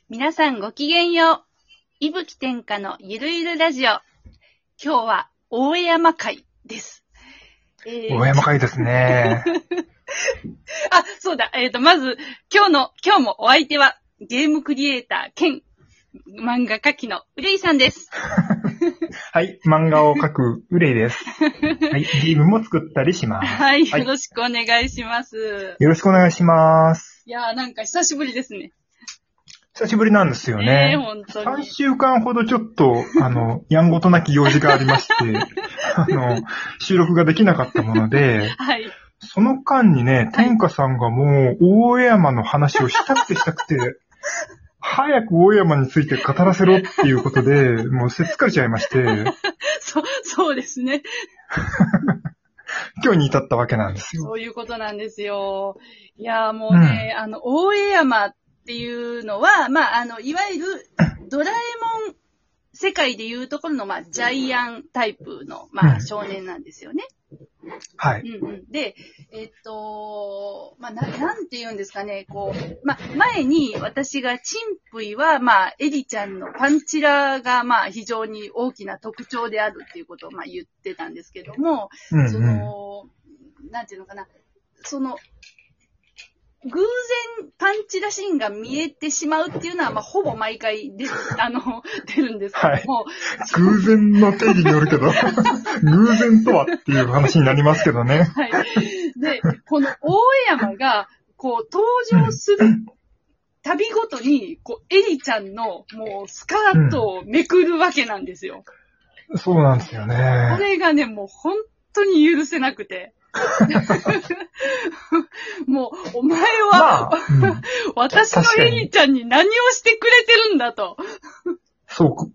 皆さんごきげんよう。伊吹天下のゆるゆるラジオ。今日は大江山会です。 大山会ですね。 あ、そうだ。まず、今日もお相手は、ゲームクリエイター兼漫画家のうれいさんです。 はい、漫画を描くうれいです。はい、ゲームも作ったりします。 はい、よろしくお願いします。 よろしくお願いします。 いやー、なんか久しぶりですね。 久しぶりなんですよね。 本当に。 3週間ほどちょっと、やんごとなき用事がありまして、収録ができなかったもので、 はい。 その間にね、天下さんがもう、大江山の話をしたくて、早く大江山について語らせろっていうことで、もうせっつかれちゃいまして、 そうですね。 今日に至ったわけなんですよ。 そういうことなんですよ。いやーもうね、大江山っていうのは、いわゆるドラえもん世界でいうところの、ジャイアンタイプの、少年なんですよね。 はい。 で、なんて言うんですかね、前に私がチンプイは、エリちゃんのパンチラが、非常に大きな特徴であるっていうことを、言ってたんですけども、なんていうのかな、偶然パンチラシーンが見えてしまうっていうのは、ほぼ毎回出るんですけども。 はい。偶然の定義によるけど、偶然とはっていう話になりますけどね。 はい。で、この大江山が、登場する旅ごとに、エリちゃんの、もう、スカートをめくるわけなんですよ。 そうなんですよね。 これがね、もう本当に許せなくて。もう、お前は、私のエリちゃんに何をしてくれてるんだと。 そう。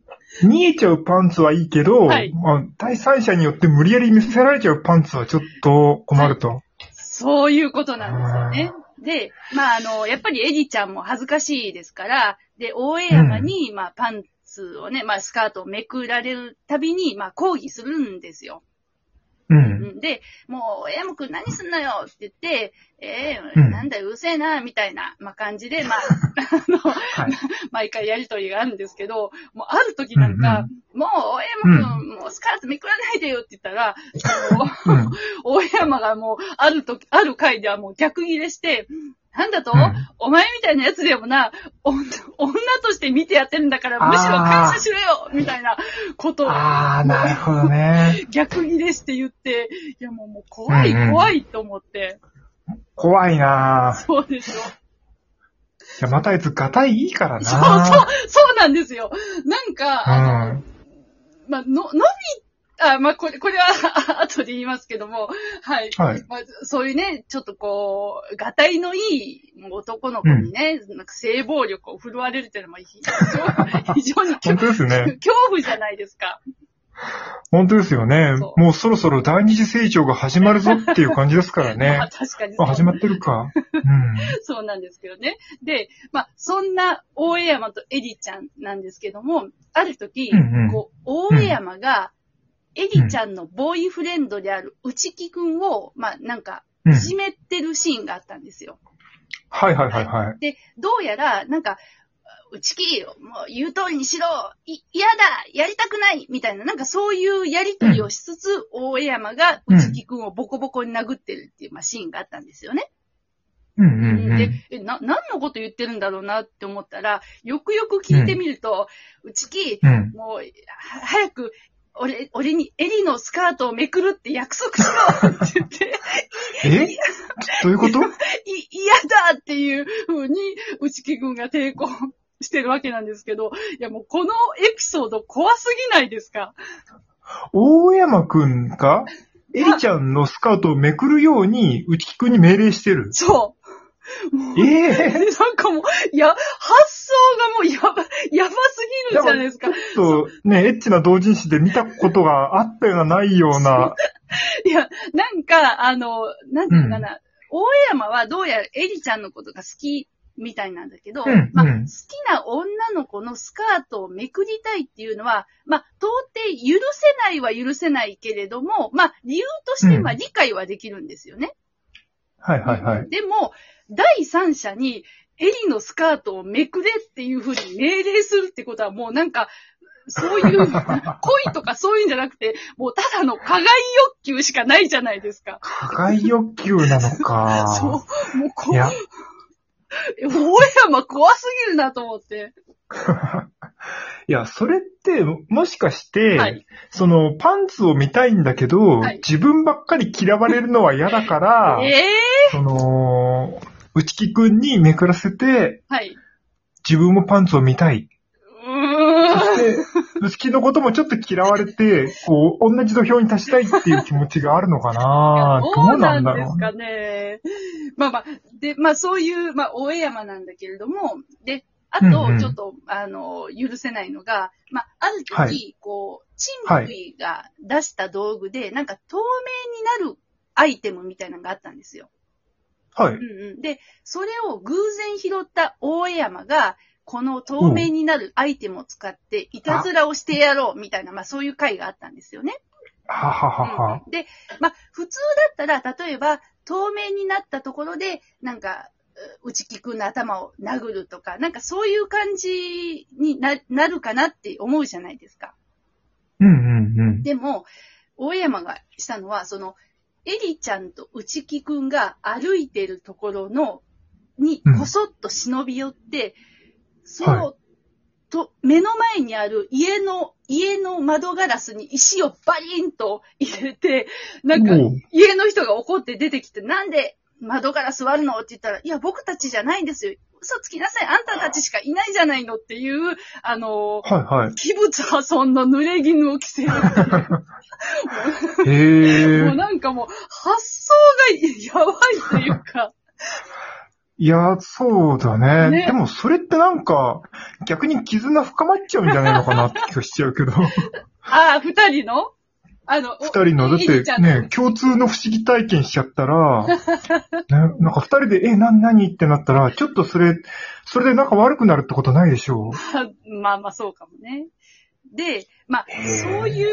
見えちゃうパンツはいいけど、第三者によって無理やり見せられちゃうパンツはちょっと困ると。はい、 そういうことなんですよね。で、やっぱりエリちゃんも恥ずかしいですから、で、大江山に、パンツをね、スカートをめくられるたびに、抗議するんですよ。で、もう、山くん何すんのよって言って、なんだよ、うるせえな、みたいな、感じで、毎回やりとりがあるんですけど、もうある時なんか、もう、山くん、もうスカートめくらないでよって言ったら、大山がもう、ある回ではもう逆ギレして、なんだと、お前みたいなやつでもな、女として見てやってるんだから、むしろ感謝しろよみたいなことを。 なるほどね。 逆ギレして言って、いやもう怖いと思って。 怖いなぁ。 そうでしょ。いや、またあいつガタイいいからな。 そうなんですよ。なんか、これは後で言いますけども、はい。そういうね、ちょっとがたいのいい男の子にね、なんか性暴力を振るわれるっていうのも非常に本当ですね。 恐怖じゃないですか。 本当ですよね。もうそろそろ第二次成長が始まるぞっていう感じですからね。 確かに始まってるか。 そうなんですけどね。で、そんな大江山とエリちゃんなんですけども、ある時、大江山が、エリちゃんのボーイフレンドである内木くんを、いじめてるシーンがあったんですよ。 はい。 で、どうやら、内木、もう言う通りにしろ、嫌だ、やりたくない、みたいな、そういうやりとりをしつつ、大江山が内木くんをボコボコに殴ってるっていう、シーンがあったんですよね。で、何のこと言ってるんだろうなって思ったら、よくよく聞いてみると、内木、もう、早く、俺にエリのスカートをめくるって約束しろって言って。 どういうこと？ 嫌だっていう風に、内木くんが抵抗してるわけなんですけど、いやもうこのエピソード怖すぎないですか？ 大山くんがエリちゃんのスカートをめくるように内木くんに命令してる。 そう。なんかもう、発想がもうやばすぎるじゃないですか。 ちょっとね、エッチな同人誌で見たことがあったようなないような。 いや、なんていうかな、大江山はどうやらエリちゃんのことが好きみたいなんだけど、好きな女の子のスカートをめくりたいっていうのは、到底許せないは許せないけれども、理由として理解はできるんですよね。 はい。 でも、第三者に、 エリのスカートをめくれっていう風に命令するってことはもうなんか、そういう恋とかそういうんじゃなくて、もうただの加害欲求しかないじゃないですか。 加害欲求なのか。 そう。もういや。 大山怖すぎるなと思って。 いや、それって、もしかして、 はい、 その、パンツを見たいんだけど、はい、自分ばっかり嫌われるのは嫌だから、その、内木くんにめくらせて、はい、自分もパンツを見たい。そして、内木のこともちょっと嫌われて、こう、同じ土俵に立ちたいっていう気持ちがあるのかな。 どうなんだろう。そうなんですかね。まあまあ、で、まあそういう、まあ、大江山なんだけれども、で、あと、ちょっと、許せないのが、まあ、ある時、はい、こう、チンプイが出した道具で、なんか透明になるアイテムみたいなのがあったんですよ。 はい。 で、それを偶然拾った大江山が、この透明になるアイテムを使って、いたずらをしてやろうみたいな、まあそういう回があったんですよね。 はははは。 で、まあ、普通だったら、例えば、透明になったところで、なんか、内木くんの頭を殴るとか、なんかそういう感じになるかなって思うじゃないですか。でも、大山がしたのは、その、エリちゃんと内木くんが歩いてるところに、こそっと忍び寄って、その、目の前にある家の窓ガラスに石をバリンと入れて、なんか、家の人が怒って出てきて、なんで窓ガラス割るのって言ったら、いや、僕たちじゃないんですよ。嘘つきなさい。あんたたちしかいないじゃないのっていう、器物破損の濡れ衣を着せるっていう。もうなんかもう、発想がやばいというか。 いや、そうだね。でもそれってなんか、逆に絆深まっちゃうんじゃないのかなって気がしちゃうけど。 ああ、二人の二人の、だってね、共通の不思議体験しちゃったら、ね、なんか二人で、何ってなったら、ちょっとそれで仲悪くなるってことないでしょう。まあまあそうかもね。で、まあ、そういう、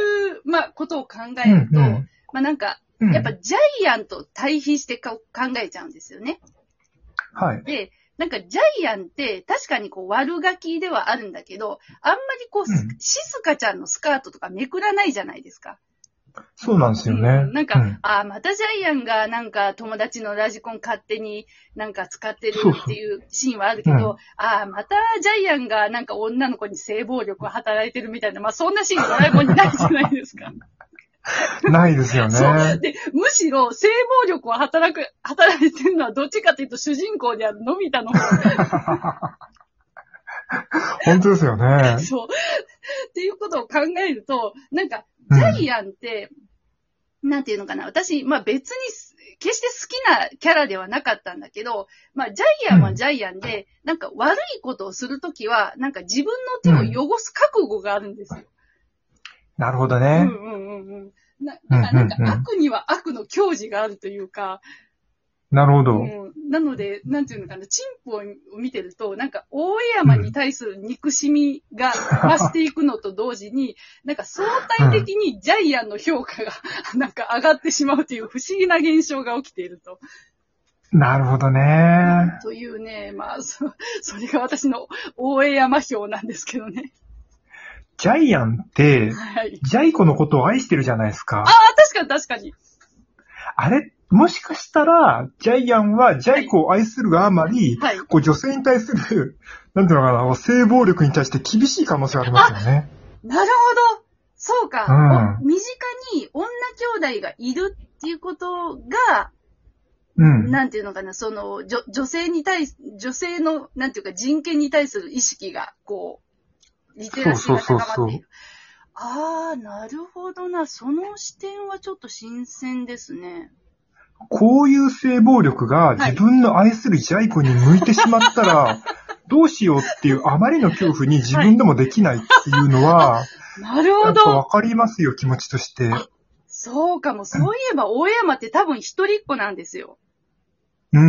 まあ、ことを考えると、まあなんか、やっぱジャイアンと対比して考えちゃうんですよね。 はい。 で、なんかジャイアンって確かにこう悪ガキではあるんだけど、あんまりこう、シスカちゃんのスカートとかめくらないじゃないですか。 そうなんですよね。 なんか、またジャイアンがなんか友達のラジコン勝手になんか使ってるっていうシーンはあるけど、またジャイアンがなんか女の子に性暴力を働いてるみたいな、まあそんなシーンドラえもんにないじゃないですか。 ないですよね。 そう。で、むしろ性暴力を働いてるのはどっちかというと主人公であるのび太の方。 本当ですよね。 そう。っていうことを考えると、なんか、ジャイアンって、なんていうのかな。私、まあ別に、決して好きなキャラではなかったんだけど、まあジャイアンはジャイアンで、なんか悪いことをするときは、なんか自分の手を汚す覚悟があるんですよ。 なるほどね。 なんか悪には悪の矜持があるというか、 なるほど。 なので、なんていうのかな、チンポを見てると、なんか、大江山に対する憎しみが増していくのと同時に、なんか相対的にジャイアンの評価が、なんか上がってしまうという不思議な現象が起きていると。 なるほどね。 というね、まあ、それが私の大江山評なんですけどね。 ジャイアンって、ジャイ子のことを愛してるじゃないですか。 確かに。 あれもしかしたら、ジャイアンはジャイ子を愛するがあまり、こう女性に対する、なんていうのかな、性暴力に対して厳しい可能性がありますよね。 なるほど。そうか。身近に女兄弟がいるっていうことが、なんていうのかな、その、女性の、なんていうか人権に対する意識が、こう、リテラシーが高まっている。なるほどな。その視点はちょっと新鮮ですね。 こういう性暴力が自分の愛するジャイ子に向いてしまったら、どうしようっていうあまりの恐怖に自分でもできないっていうのは、 なるほど。 わかりますよ、気持ちとして。 そうかも。そういえば、大山って多分一人っ子なんですよ。 ね。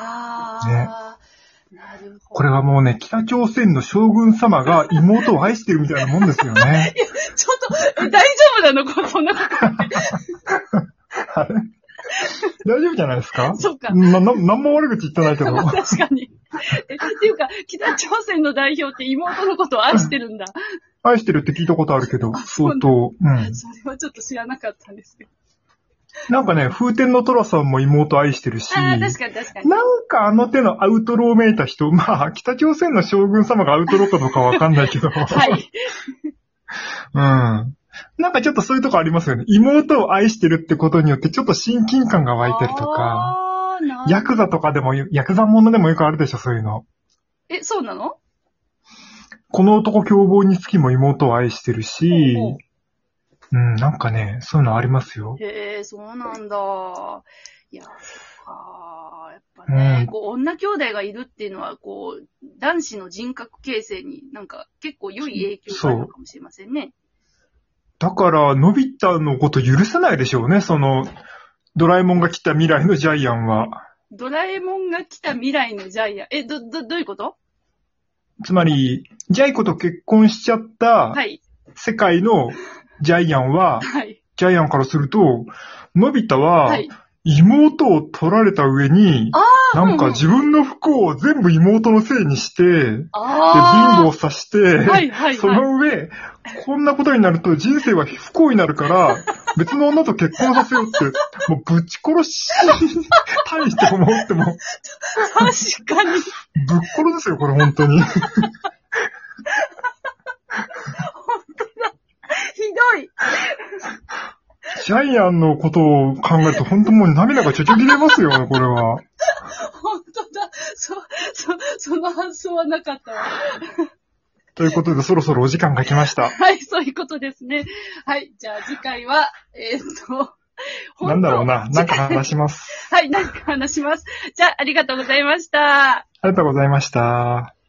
なるほど。 これはもうね、北朝鮮の将軍様が妹を愛してるみたいなもんですよね。 いや、ちょっと、大丈夫なのそんなことって。 大丈夫じゃないですか？ そうか。 なんも悪口言ってないけど。 確かに。っていうか、北朝鮮の代表って妹のことを愛してるんだ。 愛してるって聞いたことあるけど、相当。うん。 それはちょっと知らなかったんですよ。 なんかね、風天の寅さんも妹愛してるし。 ああ、確かに確かに。 なんかあの手のアウトローめいた人、まあ、北朝鮮の将軍様がアウトローかどうかわかんないけど。はい。うん。なんかちょっとそういうとこありますよね。妹を愛してるってことによってちょっと親近感が湧いたりとか。ヤクザとかでも、ヤクザものでもよくあるでしょ、そういうの。 そうなの？ この男凶暴につきも妹を愛してるし、うん、なんかね、そういうのありますよ。 へえ、そうなんだ。いや、そっか。やっぱね、こう、女兄弟がいるっていうのは、こう、男子の人格形成になんか結構良い影響があるのかもしれませんね。 だから、のび太のこと許せないでしょうね、ドラえもんが来た未来のジャイアンは。 ドラえもんが来た未来のジャイアン。どういうこと？ つまり、ジャイ子と結婚しちゃった、世界のジャイアンは、はい、ジャイアンからすると、のび太は、妹を取られた上に、なんか自分の不幸を全部妹のせいにして、で、貧乏させて、その上、こんなことになると人生は不幸になるから、別の女と結婚させようって、もうぶち殺したいして思っても。 確かに。 ぶっ殺ですよ、これ本当に。 本当だ。ひどい。 ジャイアンのことを考えると本当もう涙がちょちょぎれますよ、これは。 本当だ。その発想はなかったわ。 ということで、そろそろお時間が来ました。 はい、そういうことですね。はい、じゃあ次回は、 なんだろうな、なんか話します。 はい、なんか話します。じゃあ、ありがとうございました。 ありがとうございました。